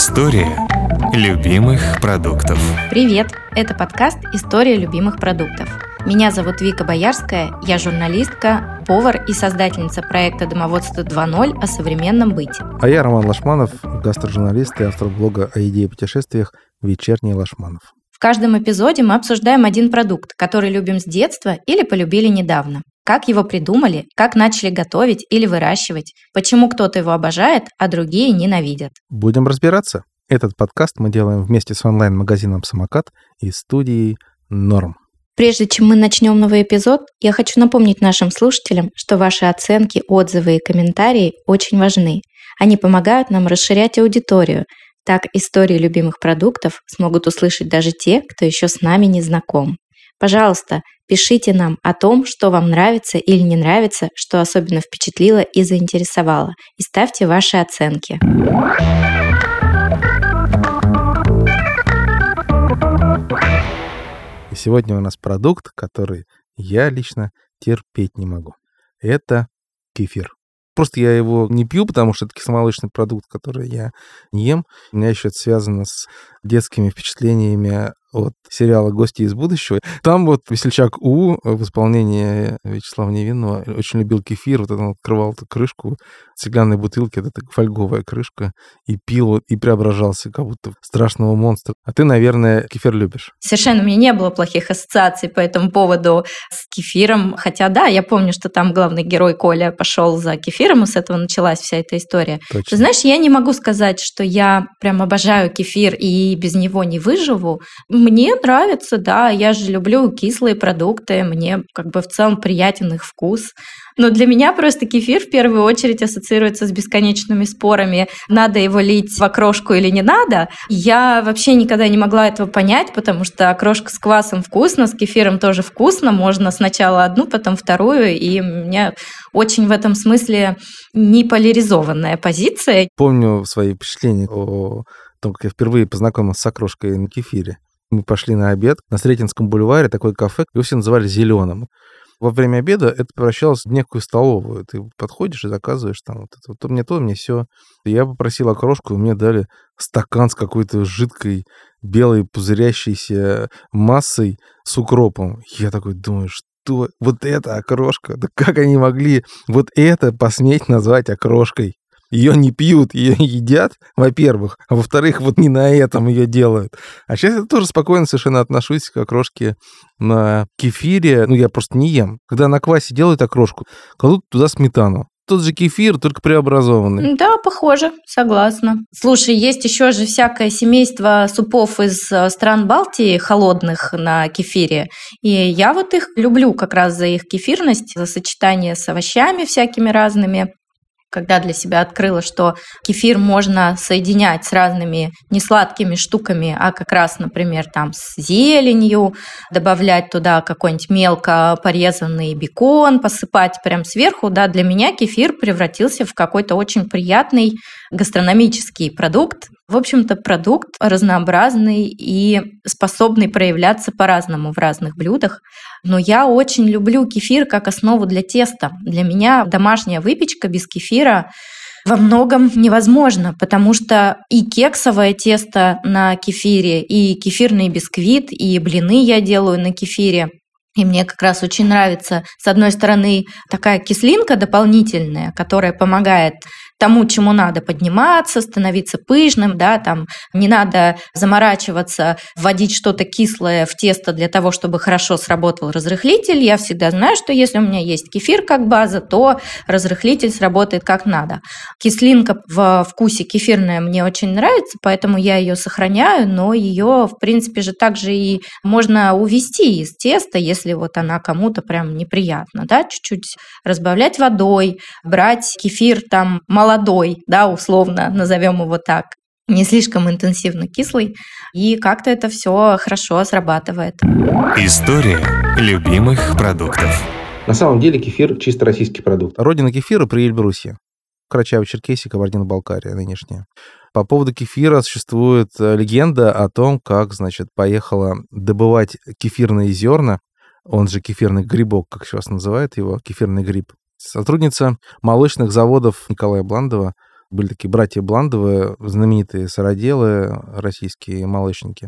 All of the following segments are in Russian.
История любимых продуктов. Привет! Это подкаст «История любимых продуктов». Меня зовут Вика Боярская, я журналистка, повар и создательница проекта «Домоводство 2.0» о современном быте. А я Роман Лашманов, гастрожурналист и автор блога о еде и путешествиях «Вечерний Лашманов». В каждом эпизоде мы обсуждаем один продукт, который любим с детства или полюбили недавно. Как его придумали, как начали готовить или выращивать, почему кто-то его обожает, а другие ненавидят. Будем разбираться. Этот подкаст мы делаем вместе с онлайн-магазином «Самокат» и студией «Норм». Прежде чем мы начнем новый эпизод, я хочу напомнить нашим слушателям, что ваши оценки, отзывы и комментарии очень важны. Они помогают нам расширять аудиторию. Так истории любимых продуктов смогут услышать даже те, кто еще с нами не знаком. Пожалуйста, пишите нам о том, что вам нравится или не нравится, что особенно впечатлило и заинтересовало, и ставьте ваши оценки. И сегодня у нас продукт, который я лично терпеть не могу. Это кефир. Просто я его не пью, потому что это кисломолочный продукт, который я не ем. У меня еще это связано с детскими впечатлениями от сериала «Гости из будущего». Там вот весельчак У в исполнении Вячеслава Невинного очень любил кефир. Вот он открывал эту крышку стеклянной бутылки, это фольговая крышка, и пил, и преображался как будто в страшного монстра. А ты, наверное, кефир любишь? Совершенно у меня не было плохих ассоциаций по этому поводу с кефиром. Хотя да, я помню, что там главный герой Коля пошел за кефиром, и с этого началась вся эта история. Точно. Ты знаешь, я не могу сказать, что я прям обожаю кефир и без него не выживу. Мне нравится, да, я же люблю кислые продукты, мне как бы в целом приятен их вкус. Но для меня просто кефир в первую очередь ассоциируется с бесконечными спорами, надо его лить в окрошку или не надо. Я вообще никогда не могла этого понять, потому что окрошка с квасом вкусно, с кефиром тоже вкусно, можно сначала одну, потом вторую, и у меня очень в этом смысле неполяризованная позиция. Помню свои впечатления о том, как я впервые познакомился с окрошкой на кефире. Мы пошли на обед на Сретенском бульваре, такое кафе, его все называли «Зеленым». Во время обеда это превращалось в некую столовую. Ты подходишь и заказываешь там вот это. Вот то, мне все. Я попросил окрошку, и мне дали стакан с какой-то жидкой, белой, пузырящейся массой с укропом. Я такой думаю, что вот это окрошка? Да как они могли вот это посметь назвать окрошкой? Ее не пьют, ее едят, во-первых, а во-вторых, вот не на этом ее делают. А сейчас я тоже спокойно совершенно отношусь к окрошке на кефире. Я просто не ем. Когда на квасе делают окрошку, кладут туда сметану. Тот же кефир, только преобразованный. Да, похоже, согласна. Слушай, есть еще же всякое семейство супов из стран Балтии, холодных на кефире. И я вот их люблю как раз за их кефирность, за сочетание с овощами всякими разными. Когда для себя открыла, что кефир можно соединять с разными несладкими штуками, а как раз, например, там с зеленью, добавлять туда какой-нибудь мелко порезанный бекон, посыпать прям сверху, да, для меня кефир превратился в какой-то очень приятный гастрономический продукт. В общем-то, продукт разнообразный и способный проявляться по-разному в разных блюдах. Но я очень люблю кефир как основу для теста. Для меня домашняя выпечка без кефира во многом невозможно, потому что и кексовое тесто на кефире, и кефирный бисквит, и блины я делаю на кефире. И мне как раз очень нравится, с одной стороны, такая кислинка дополнительная, которая помогает тому, чему надо подниматься, становиться пышным, да, там не надо заморачиваться, вводить что-то кислое в тесто для того, чтобы хорошо сработал разрыхлитель. Я всегда знаю, что если у меня есть кефир как база, то разрыхлитель сработает как надо. Кислинка в вкусе кефирная мне очень нравится, поэтому я ее сохраняю, но ее, в принципе же, также и можно увести из теста, если вот она кому-то прям неприятна, да, чуть-чуть разбавлять водой, брать кефир там молодой, да, условно назовем его так, не слишком интенсивно кислый, и как-то это все хорошо срабатывает. История любимых продуктов. На самом деле кефир чисто российский продукт. Родина кефира при Эльбрусе. Карачаево-Черкесия, Кабардино-Балкария нынешняя. По поводу кефира существует легенда о том, как, поехала добывать кефирные зерна, он же кефирный грибок, как сейчас называют его, кефирный гриб, сотрудница молочных заводов Николая Бландова Были такие братья Бландовы, знаменитые сыроделы, российские молочники.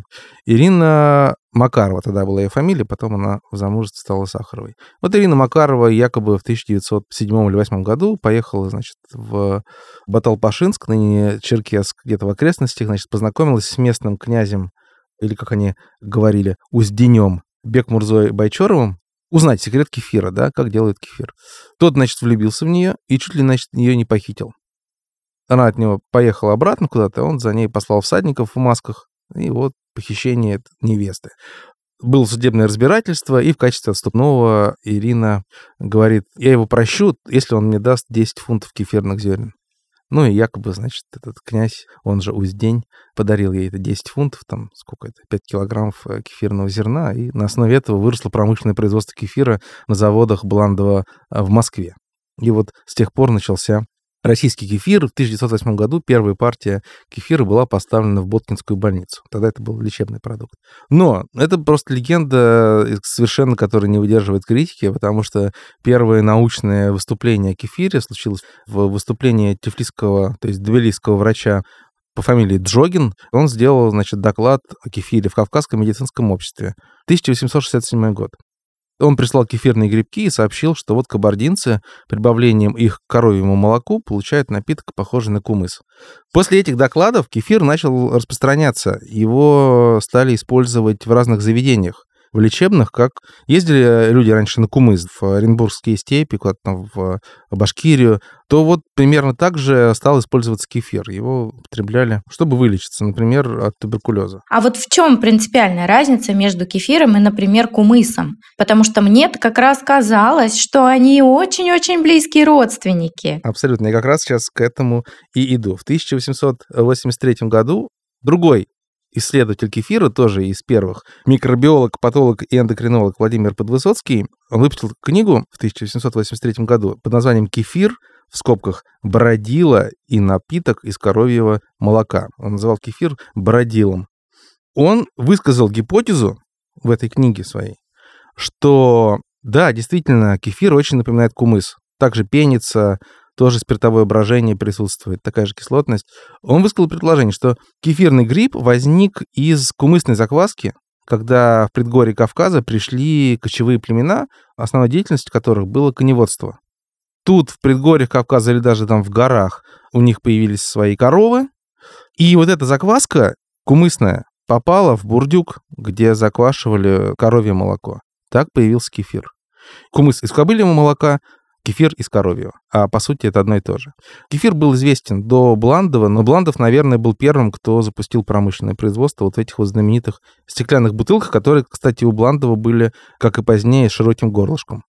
Ирина Макарова тогда была ее фамилия, потом она в замужестве стала Сахаровой. Вот Ирина Макарова якобы в 1907 или 1908 году поехала, значит, в Баталпашинск, ныне Черкесск, где-то в окрестностях, значит, познакомилась с местным князем, или, как они говорили, узденем Бекмурзой Байчоровым, узнать секрет кефира, да, как делают кефир. Тот, значит, влюбился в нее и чуть ли, значит, ее не похитил. Она от него поехала обратно куда-то, он за ней послал всадников в масках, и вот похищение невесты. Было судебное разбирательство, и в качестве отступного Ирина говорит, я его прощу, если он мне даст 10 фунтов кефирных зерен. Ну и якобы, значит, этот князь, он же Уздень, подарил ей это 10 фунтов, там, сколько это, 5 килограммов кефирного зерна, и на основе этого выросло промышленное производство кефира на заводах Бландова в Москве. И вот с тех пор начался российский кефир. В 1908 году первая партия кефира была поставлена в Боткинскую больницу. Тогда это был лечебный продукт. Но это просто легенда, совершенно которая не выдерживает критики, потому что первое научное выступление о кефире случилось в выступлении тифлисского, то есть тбилисского врача по фамилии Джогин. Он сделал, значит, доклад о кефире в Кавказском медицинском обществе. 1867 год. Он прислал кефирные грибки и сообщил, что вот кабардинцы прибавлением их к коровьему молоку получают напиток, похожий на кумыс. После этих докладов кефир начал распространяться. Его стали использовать в разных заведениях. В лечебных, как ездили люди раньше на кумыс в Оренбургские степи, куда-то там в Башкирию, то вот примерно так же стал использоваться кефир. Его употребляли, чтобы вылечиться, например, от туберкулеза. А вот в чем принципиальная разница между кефиром и, например, кумысом? Потому что мне-то как раз казалось, что они очень-очень близкие родственники. Абсолютно. Я как раз сейчас к этому и иду. В 1883 году другой исследователь кефира, тоже из первых, микробиолог, патолог и эндокринолог Владимир Подвысоцкий, он выпустил книгу в 1883 году под названием «Кефир», в скобках, бродила и напиток из коровьего молока. Он называл кефир бродилом. Он высказал гипотезу в этой книге своей, что, да, действительно, кефир очень напоминает кумыс. Также пенится, тоже спиртовое брожение присутствует, такая же кислотность. Он высказал предложение, что кефирный гриб возник из кумысной закваски, когда в предгорье Кавказа пришли кочевые племена, основной деятельностью которых было коневодство. Тут в предгорьях Кавказа или даже там в горах у них появились свои коровы, и вот эта закваска кумысная попала в бурдюк, где заквашивали коровье молоко. Так появился кефир. Кумыс из кобыльего молока, кефир из коровьего. А по сути это одно и то же. Кефир был известен до Бландова, но Бландов, наверное, был первым, кто запустил промышленное производство вот в этих вот знаменитых стеклянных бутылках, которые, кстати, у Бландова были, как и позднее, с широким горлышком.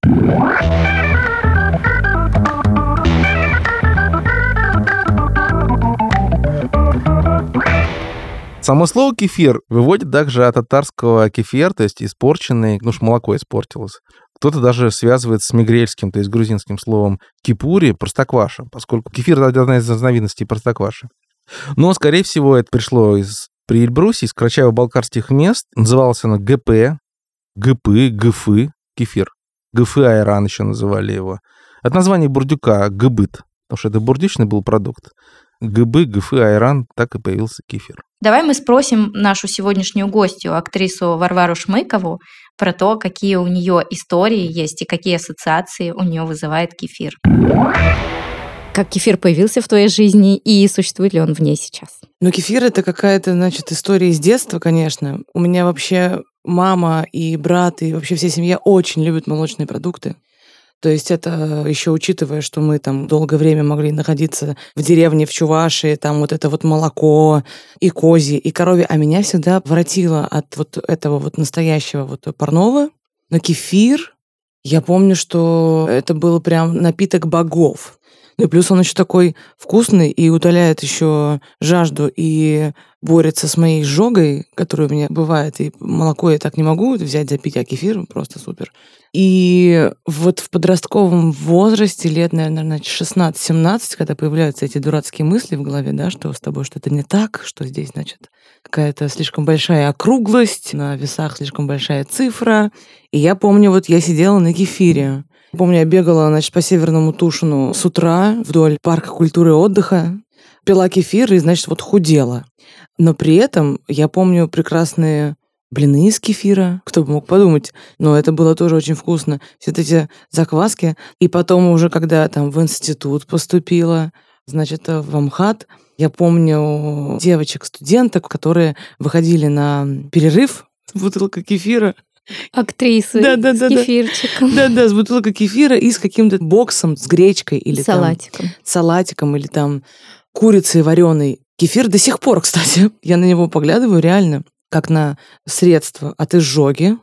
Само слово «кефир» выводит также от татарского кефир, то есть испорченный, ну уж молоко испортилось. Кто-то даже связывает с мигрельским, то есть грузинским словом «кипури» простокваша, поскольку кефир — это одна из разновидностей простокваши. Но, скорее всего, это пришло из Приэльбруси, из карачаево-балкарских мест. Называлось оно ГП, ГП, ГФы, кефир. ГФы айран еще называли его. От названия бурдюка ГБыт, потому что это бурдючный был продукт. ГБ, ГФы, айран, так и появился кефир. Давай мы спросим нашу сегодняшнюю гостью, актрису Варвару Шмыкову, про то, какие у нее истории есть и какие ассоциации у нее вызывает кефир. Как кефир появился в твоей жизни и существует ли он в ней сейчас? Ну, кефир — это какая-то, значит, история из детства, конечно. У меня вообще мама и брат, и вообще вся семья очень любят молочные продукты. То есть это еще учитывая, что мы там долгое время могли находиться в деревне в Чувашии, там вот это вот молоко и козье, и коровье. А меня всегда воротило от вот этого вот настоящего вот парного. Но кефир, я помню, что это был прям напиток богов. Ну и плюс он еще такой вкусный и утоляет еще жажду и борется с моей изжогой, которая у меня бывает. И молоко я так не могу взять, запить, а кефир просто супер. И вот в подростковом возрасте, лет, наверное, 16-17, когда появляются эти дурацкие мысли в голове, да, что с тобой что-то не так, что здесь, значит, какая-то слишком большая округлость, на весах слишком большая цифра. И я помню, вот я сидела на кефире. Помню, я бегала, значит, по Северному Тушину с утра вдоль парка культуры и отдыха. пила кефир и, значит, вот худела. Но при этом я помню прекрасные блины из кефира, кто бы мог подумать, но это было тоже очень вкусно. Все эти закваски. И потом уже, когда там в институт поступила, значит, в Амхат, я помню девочек-студенток, которые выходили на перерыв с бутылкой кефира. Актрисы с кефирчиком. Да-да, с бутылкой кефира и с каким-то боксом с гречкой или салатиком. Салатиком или там курицей вареной. Кефир до сих пор, кстати. Я на него поглядываю реально как на средство от изжоги,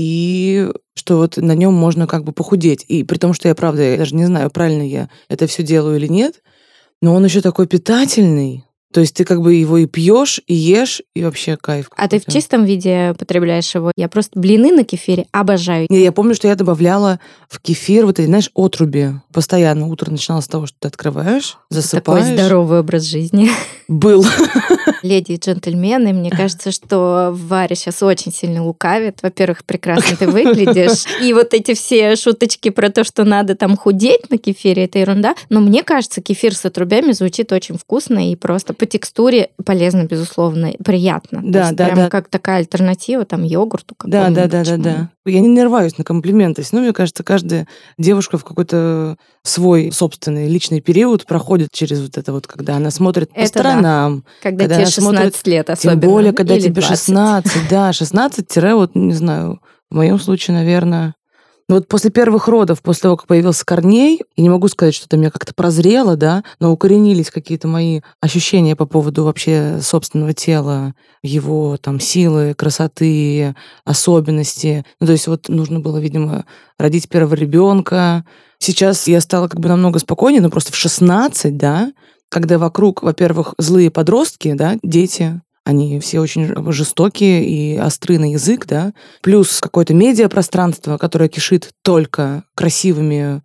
и что вот на нем можно как бы похудеть. И при том, что я, правда, я даже не знаю, правильно я это все делаю или нет, но он еще такой питательный. То есть ты как бы его и пьешь, и ешь, и вообще кайф. А ты в чистом виде потребляешь его? Я просто блины на кефире обожаю. Я помню, что я добавляла в кефир вот эти, знаешь, отруби. Постоянно утро начиналось с того, что ты открываешь, засыпаешь. Такой здоровый образ жизни. Был. Леди и джентльмены, мне кажется, что Варя сейчас очень сильно лукавит. Во-первых, прекрасно ты выглядишь. И вот эти все шуточки про то, что надо там худеть на кефире, это ерунда. Но мне кажется, кефир с отрубями звучит очень вкусно и просто по текстуре полезно, безусловно, приятно. Да, да, прям да. как такая альтернатива там йогурту Да. какому-нибудь. Я не нарываюсь на комплименты. Ну, мне кажется, каждая девушка в какой-то свой собственный личный период проходит через вот это вот, когда она смотрит по сторонам. Когда тебе 16 лет особенно. Тем более, когда или тебе 20. 16, да, 16 вот, не знаю, в моем случае, наверное. Но вот после первых родов, после того, как появился Корней, я не могу сказать, что это меня как-то прозрело, да, но укоренились какие-то мои ощущения по поводу вообще собственного тела, его там силы, красоты, особенности. Ну, то есть вот нужно было, видимо, родить первого ребенка. Сейчас я стала как бы намного спокойнее, но просто в 16, да, когда вокруг, во-первых, злые подростки, да, дети, они все очень жестокие и остры на язык, да. Плюс какое-то медиапространство, которое кишит только красивыми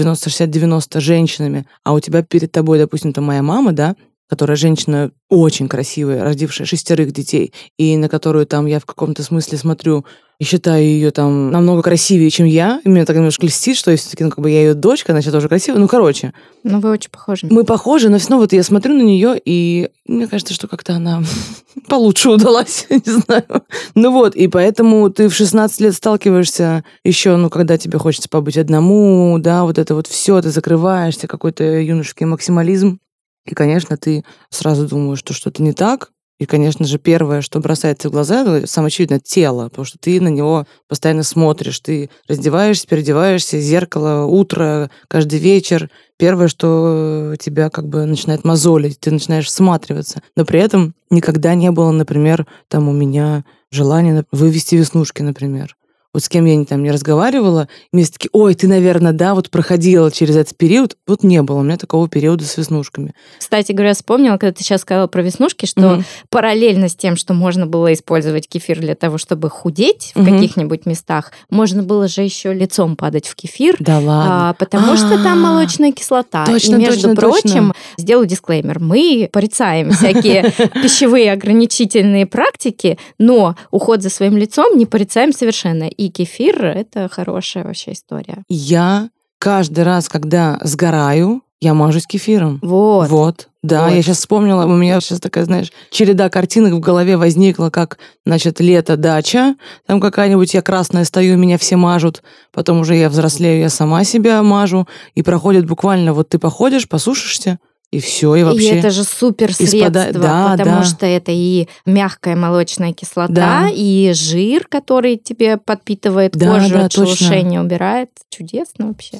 90-60-90 женщинами, а у тебя перед тобой, допустим, там моя мама, да, которая женщина очень красивая, родившая 6 детей, и на которую там я в каком-то смысле смотрю и считаю ее там намного красивее, чем я. И меня так немножко льстит, что все-таки, ну, как бы я ее дочка, значит, тоже красивая. Ну, короче. Ну, вы очень похожи. Мы похожи, но все равно вот я смотрю на нее, и мне кажется, что как-то она получше удалась, не знаю. Ну вот, и поэтому ты в 16 лет сталкиваешься еще, ну, когда тебе хочется побыть одному, да, вот это вот все, ты закрываешься, какой-то юношеский максимализм. И, конечно, ты сразу думаешь, что что-то не так. И, конечно же, первое, что бросается в глаза, самое очевидное, тело, потому что ты на него постоянно смотришь. Ты раздеваешься, переодеваешься, зеркало, утро, каждый вечер. Первое, что тебя как бы начинает мозолить, ты начинаешь всматриваться. Но при этом никогда не было, например, там у меня желания вывести веснушки, например. Вот с кем я там не разговаривала, мне все таки: ой, ты, наверное, да, вот проходила через этот период. Вот не было у меня такого периода с веснушками. Кстати говоря, вспомнила, когда ты сейчас сказала про веснушки, что параллельно с тем, что можно было использовать кефир для того, чтобы худеть в каких-нибудь местах, можно было же еще лицом падать в кефир. Да ладно. Потому что там молочная кислота. Точно, и, между прочим, точно. сделаю дисклеймер, мы порицаем всякие пищевые ограничительные практики, но уход за своим лицом не порицаем совершенно. И кефир – это хорошая вообще история. Я каждый раз, когда сгораю, я мажусь кефиром. Вот. Да, Вот. я сейчас вспомнила, у меня сейчас такая, знаешь, череда картинок в голове возникла, как, значит, лето, дача, там какая-нибудь я красная стою, меня все мажут, потом уже я взрослею, я сама себя мажу, и проходит буквально, вот ты походишь, посушишься, и все, и вообще... И это же супер средство, потому что это и мягкая молочная кислота, Да. и жир, который тебе подпитывает Да, кожу, да, от точно. шелушения убирает. Чудесно вообще.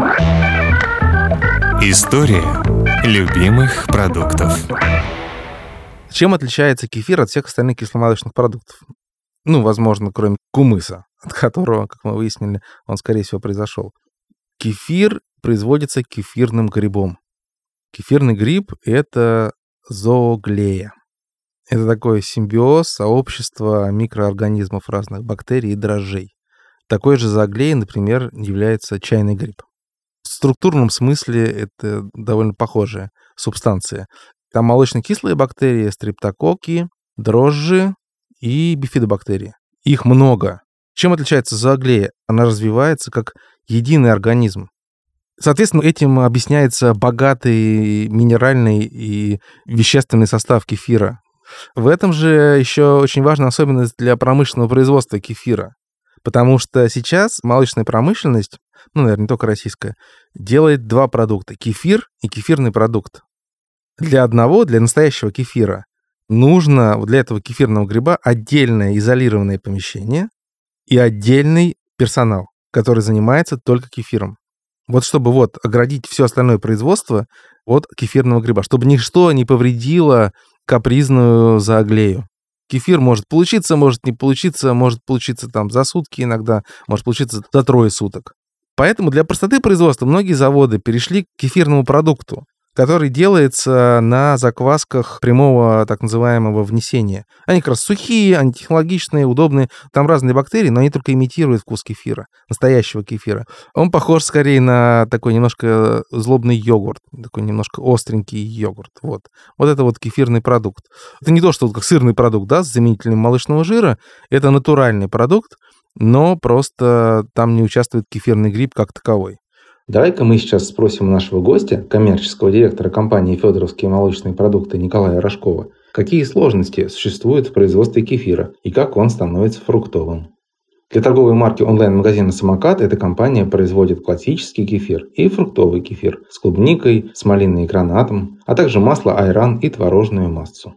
История любимых продуктов. Чем отличается кефир от всех остальных кисломолочных продуктов? Ну, возможно, кроме кумыса, от которого, как мы выяснили, он, скорее всего, произошел. Кефир производится кефирным грибом. Кефирный гриб – это зооглея. Это такой симбиоз, сообщество микроорганизмов разных бактерий и дрожжей. Такой же зооглеей, например, является чайный гриб. В структурном смысле это довольно похожая субстанция. Там молочно-кислые бактерии, стрептококки, дрожжи и бифидобактерии. Их много. Чем отличается зооглея? Она развивается как единый организм. Соответственно, этим объясняется богатый минеральный и вещественный состав кефира. В этом же еще очень важная особенность для промышленного производства кефира. Потому что сейчас молочная промышленность, наверное, не только российская, делает два продукта. Кефир и кефирный продукт. Для настоящего кефира, нужно для этого кефирного гриба отдельное изолированное помещение и отдельный персонал, который занимается только кефиром. Вот чтобы оградить все остальное производство от кефирного гриба, чтобы ничто не повредило капризную зооглею. Кефир может получиться, может не получиться, может получиться там за сутки иногда, может получиться за 3 суток. Поэтому для простоты производства многие заводы перешли к кефирному продукту, который делается на заквасках прямого так называемого внесения. Они как раз сухие, они технологичные, удобные. Там разные бактерии, но они только имитируют вкус кефира, настоящего кефира. Он похож скорее на такой немножко злобный йогурт, такой немножко остренький йогурт. Вот это кефирный продукт. Это не то, что как сырный продукт, да, с заменителем молочного жира. Это натуральный продукт, но просто там не участвует кефирный гриб как таковой. Давай-ка мы сейчас спросим у нашего гостя, коммерческого директора компании «Федоровские молочные продукты» Николая Рожкова, какие сложности существуют в производстве кефира и как он становится фруктовым. Для торговой марки онлайн-магазина «Самокат» эта компания производит классический кефир и фруктовый кефир с клубникой, с малиной и гранатом, а также масло айран и творожную массу.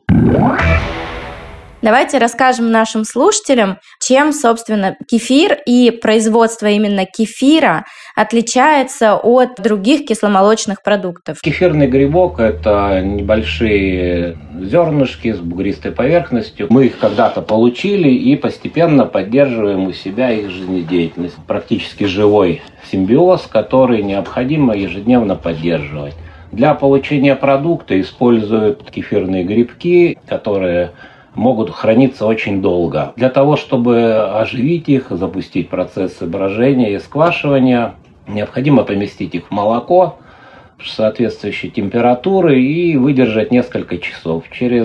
Давайте расскажем нашим слушателям, чем, собственно, кефир и производство именно кефира отличается от других кисломолочных продуктов. Кефирный грибок – это небольшие зернышки с бугристой поверхностью. Мы их когда-то получили и постепенно поддерживаем у себя их жизнедеятельность. Практически живой симбиоз, который необходимо ежедневно поддерживать. Для получения продукта используют кефирные грибки, которые могут храниться очень долго. Для того, чтобы оживить их, запустить процессы брожения и сквашивания, необходимо поместить их в молоко соответствующей температуры и выдержать несколько часов. Через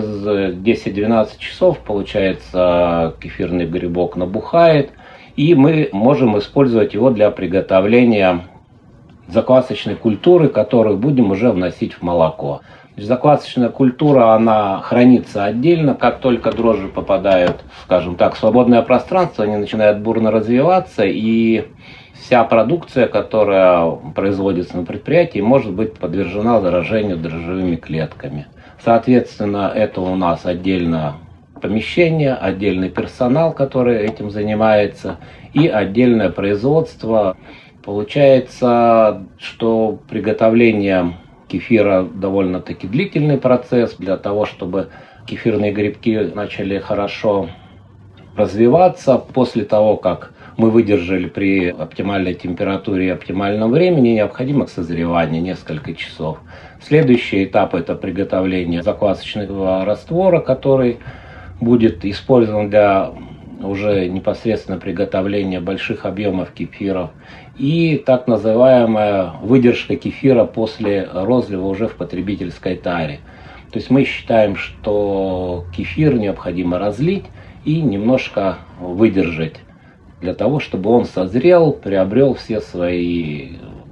10-12 часов, получается, кефирный грибок набухает, и мы можем использовать его для приготовления заквасочной культуры, которую будем уже вносить в молоко. Заквасочная культура, она хранится отдельно. Как только дрожжи попадают, скажем так, в свободное пространство, они начинают бурно развиваться, и вся продукция, которая производится на предприятии, может быть подвержена заражению дрожжевыми клетками. Соответственно, это у нас отдельно помещение, отдельный персонал, который этим занимается, и отдельное производство. Получается, что приготовление кефира довольно-таки длительный процесс. Для того, чтобы кефирные грибки начали хорошо развиваться, после того, как мы выдержали при оптимальной температуре и оптимальном времени, необходимо к созреванию несколько часов. Следующий этап – это приготовление заквасочного раствора, который будет использован для уже непосредственно приготовления больших объемов кефиров, и так называемая выдержка кефира после розлива уже в потребительской таре. То есть мы считаем, что кефир необходимо разлить и немножко выдержать для того, чтобы он созрел, приобрел все свои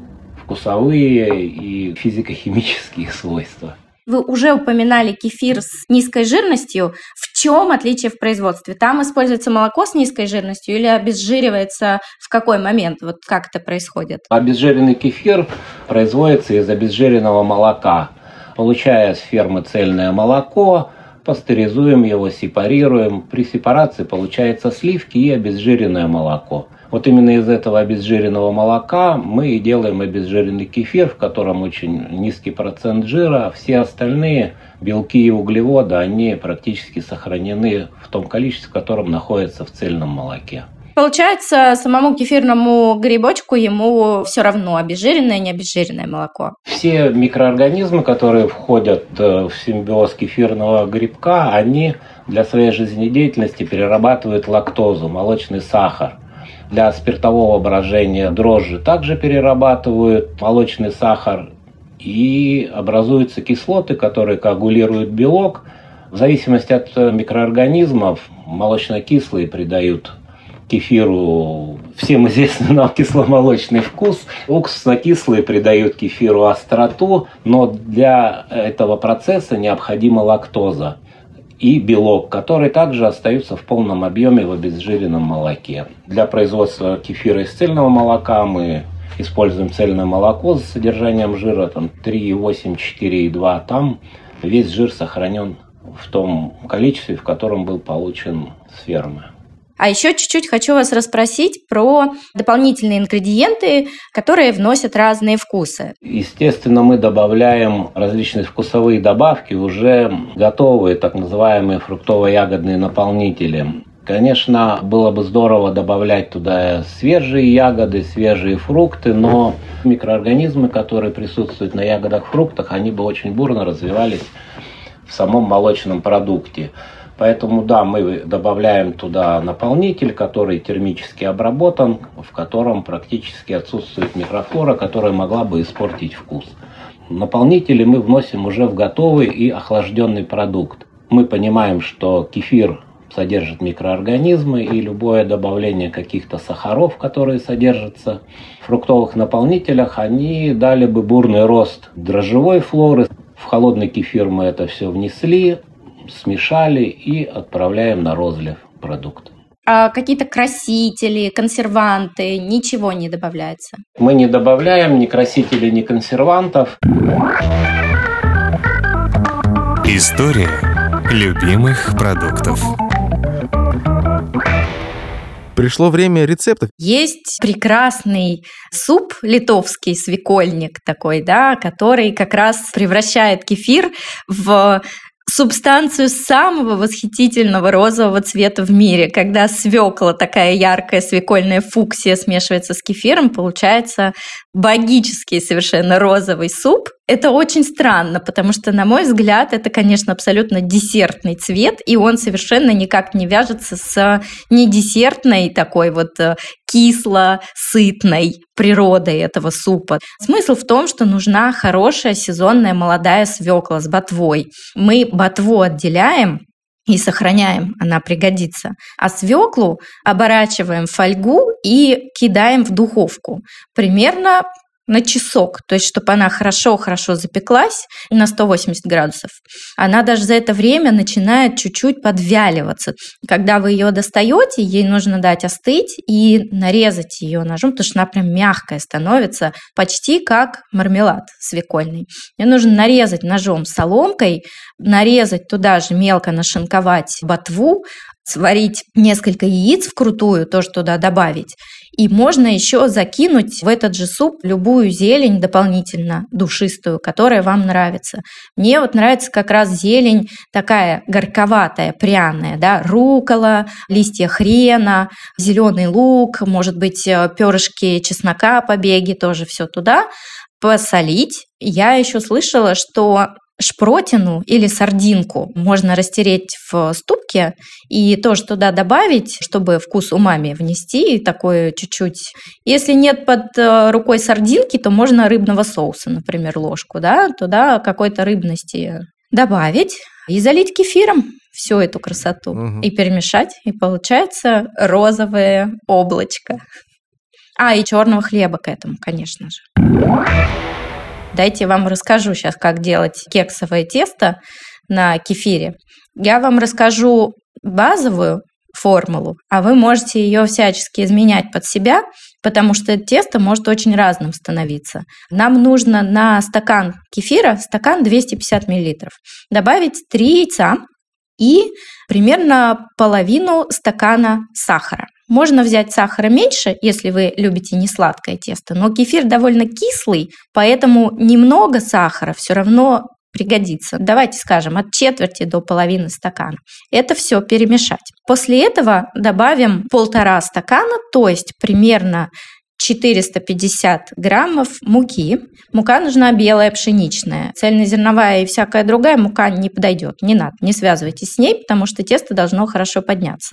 вкусовые и физико-химические свойства. Вы уже упоминали кефир с низкой жирностью. В чем отличие в производстве? Там используется молоко с низкой жирностью или обезжиривается в какой момент? Вот как это происходит? Обезжиренный кефир производится из обезжиренного молока. Получая с фермы цельное молоко, пастеризуем его, сепарируем. При сепарации получается сливки и обезжиренное молоко. Вот именно из этого обезжиренного молока мы и делаем обезжиренный кефир, в котором очень низкий процент жира. Все остальные белки и углеводы, они практически сохранены в том количестве, в котором находятся в цельном молоке. Получается, самому кефирному грибочку ему все равно, обезжиренное, не обезжиренное молоко. Все микроорганизмы, которые входят в симбиоз кефирного грибка, они для своей жизнедеятельности перерабатывают лактозу, молочный сахар. Для спиртового брожения дрожжи также перерабатывают молочный сахар, и образуются кислоты, которые коагулируют белок. В зависимости от микроорганизмов молочно-кислые придают кефиру всем известный нам кисломолочный вкус. Уксусно-кислые придают кефиру остроту, но для этого процесса необходима лактоза и белок, которые также остаются в полном объеме в обезжиренном молоке. Для производства кефира из цельного молока мы используем цельное молоко с содержанием жира 3,8, 4,2. Там весь жир сохранен в том количестве, в котором был получен с фермы. А еще чуть-чуть хочу вас расспросить про дополнительные ингредиенты, которые вносят разные вкусы. Естественно, мы добавляем различные вкусовые добавки, уже готовые, так называемые фруктово-ягодные наполнители. Конечно, было бы здорово добавлять туда свежие ягоды, свежие фрукты, но микроорганизмы, которые присутствуют на ягодах, фруктах, они бы очень бурно развивались в самом молочном продукте. Поэтому, да, мы добавляем туда наполнитель, который термически обработан, в котором практически отсутствует микрофлора, которая могла бы испортить вкус. Наполнители мы вносим уже в готовый и охлажденный продукт. Мы понимаем, что кефир содержит микроорганизмы, и любое добавление каких-то сахаров, которые содержатся в фруктовых наполнителях, они дали бы бурный рост дрожжевой флоры. В холодный кефир мы это все внесли, смешали и отправляем на розлив продукт. А какие-то красители, консерванты, ничего не добавляется? Мы не добавляем ни красителей, ни консервантов. История любимых продуктов. Пришло время рецептов. Есть прекрасный суп литовский, свекольник такой, да, который как раз превращает кефир в субстанцию самого восхитительного розового цвета в мире. Когда свекла, такая яркая свекольная фуксия, смешивается с кефиром, получается богический совершенно розовый суп. Это очень странно, потому что, на мой взгляд, это, конечно, абсолютно десертный цвет, и он совершенно никак не вяжется с недесертной такой вот кисло-сытной природой этого супа. Смысл в том, что нужна хорошая сезонная молодая свекла с ботвой. Мы ботву отделяем и сохраняем, она пригодится. А свеклу оборачиваем в фольгу и кидаем в духовку. Примерно на часок, то есть чтобы она хорошо-хорошо запеклась на 180 градусов. Она даже за это время начинает чуть-чуть подвяливаться. Когда вы ее достаете, ей нужно дать остыть и нарезать ее ножом, потому что она прям мягкая становится, почти как мармелад свекольный. Ее нужно нарезать ножом соломкой, нарезать туда же мелко нашинковать ботву, сварить несколько яиц вкрутую, тоже туда добавить. И можно еще закинуть в этот же суп любую зелень дополнительно душистую, которая вам нравится. Мне вот нравится как раз зелень такая горьковатая, пряная, да, руккола, листья хрена, зеленый лук, может быть, перышки чеснока, побеги, тоже все туда. Посолить. Я еще слышала, что шпротину или сардинку можно растереть в ступке и тоже туда добавить, чтобы вкус умами внести, такое чуть-чуть. Если нет под рукой сардинки, то можно рыбного соуса, например, ложку, да, туда какой-то рыбности добавить и залить кефиром всю эту красоту и перемешать, и получается розовое облачко. И черного хлеба к этому, конечно же. Дайте я вам расскажу сейчас, как делать кексовое тесто на кефире. Я вам расскажу базовую формулу, а вы можете ее всячески изменять под себя, потому что тесто может очень разным становиться. Нам нужно на стакан кефира, стакан 250 мл, добавить 3 яйца и примерно половину стакана сахара. Можно взять сахара меньше, если вы любите несладкое тесто, но кефир довольно кислый, поэтому немного сахара все равно пригодится. Давайте скажем, от четверти до половины стакана. Это все перемешать. После этого добавим 1,5 стакана, то есть примерно 450 граммов муки. Мука нужна белая, пшеничная. Цельнозерновая и всякая другая мука не подойдет. Не надо, не связывайтесь с ней, потому что тесто должно хорошо подняться.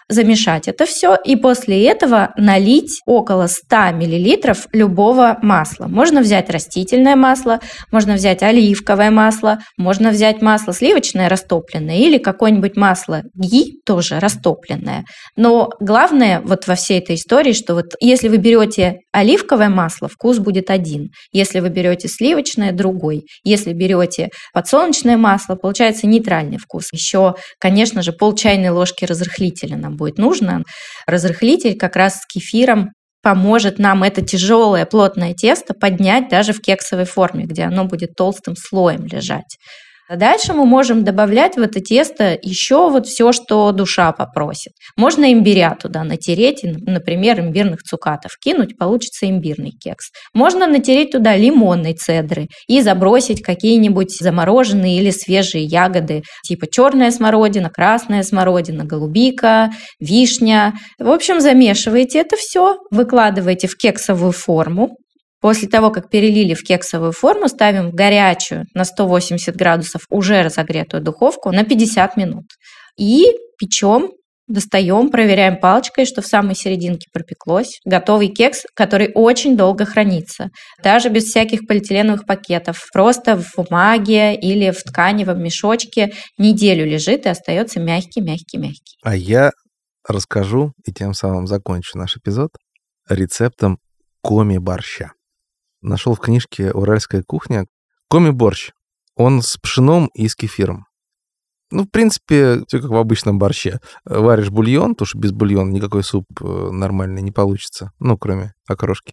замешать это все и после этого налить около 100 мл любого масла. Можно взять растительное масло, можно взять оливковое масло, можно взять масло сливочное растопленное или какое-нибудь масло ги, тоже растопленное. Но главное вот во всей этой истории, что вот если вы берете оливковое масло, вкус будет один. Если вы берете сливочное, другой. Если берете подсолнечное масло, получается нейтральный вкус. Еще, конечно же, пол чайной ложки разрыхлителя нам будет нужно. Разрыхлитель как раз с кефиром поможет нам это тяжелое плотное тесто поднять даже в кексовой форме, где оно будет толстым слоем лежать. А дальше мы можем добавлять в это тесто еще вот все, что душа попросит. Можно имбиря туда натереть, например, имбирных цукатов кинуть, получится имбирный кекс. Можно натереть туда лимонной цедры и забросить какие-нибудь замороженные или свежие ягоды, типа черная смородина, красная смородина, голубика, вишня. В общем, замешиваете это все, выкладываете в кексовую форму. После того, как перелили в кексовую форму, ставим в горячую на 180 градусов уже разогретую духовку на 50 минут. И печем, достаем, проверяем палочкой, что в самой серединке пропеклось. Готовый кекс, который очень долго хранится. Даже без всяких полиэтиленовых пакетов. Просто в бумаге или в тканевом мешочке неделю лежит и остается мягкий-мягкий-мягкий. А я расскажу и тем самым закончу наш эпизод рецептом коми-борща. Нашел в книжке «Уральская кухня» коми-борщ. Он с пшеном и с кефиром. Ну, в принципе, все как в обычном борще. Варишь бульон, потому что без бульона никакой суп нормальный не получится. Ну, кроме окрошки.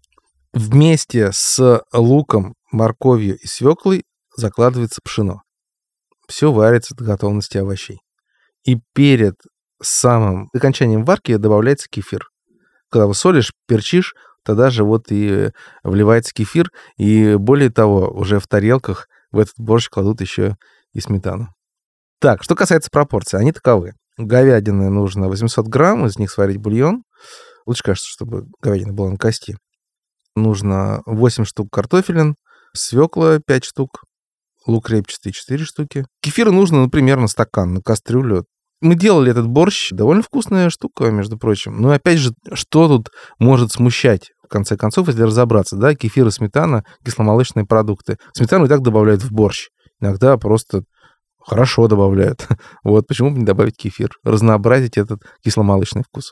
Вместе с луком, морковью и свеклой закладывается пшено. Все варится до готовности овощей. И перед самым окончанием варки добавляется кефир. Когда вы солишь, перчишь, тогда же вот и вливается кефир, и более того, уже в тарелках в этот борщ кладут еще и сметану. Так, что касается пропорций, они таковы. Говядины нужно 800 грамм, из них сварить бульон. Лучше, кажется, чтобы говядина была на кости. Нужно 8 штук картофелин, свекла 5 штук, лук репчатый 4 штуки. Кефира нужно, примерно стакан на кастрюлю. Мы делали этот борщ, довольно вкусная штука, между прочим. Но опять же, что тут может смущать? В конце концов, если разобраться, да, кефир и сметана, кисломолочные продукты. Сметану и так добавляют в борщ. Иногда просто хорошо добавляют. Вот почему бы не добавить кефир? Разнообразить этот кисломолочный вкус.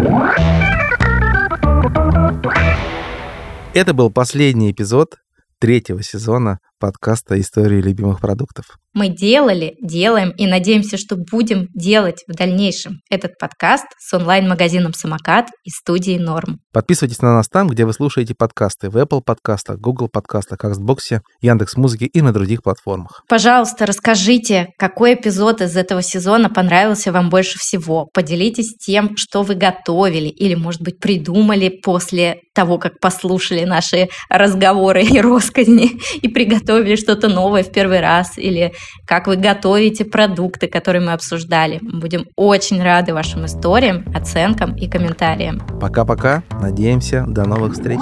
Это был последний эпизод 3-го сезона подкаста «Истории любимых продуктов». Мы делали, делаем и надеемся, что будем делать в дальнейшем этот подкаст с онлайн-магазином «Самокат» и студией «Норм». Подписывайтесь на нас там, где вы слушаете подкасты. В Apple подкастах, Google подкастах, Кастбоксе, Яндекс.Музыке и на других платформах. Пожалуйста, расскажите, какой эпизод из этого сезона понравился вам больше всего. Поделитесь тем, что вы готовили или, может быть, придумали после того, как послушали наши разговоры и россказни и приготовили что-то новое в первый раз, или как вы готовите продукты, которые мы обсуждали. Мы будем очень рады вашим историям, оценкам и комментариям. Пока-пока. Надеемся, до новых встреч.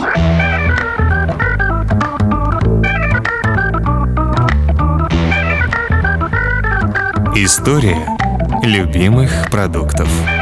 История любимых продуктов.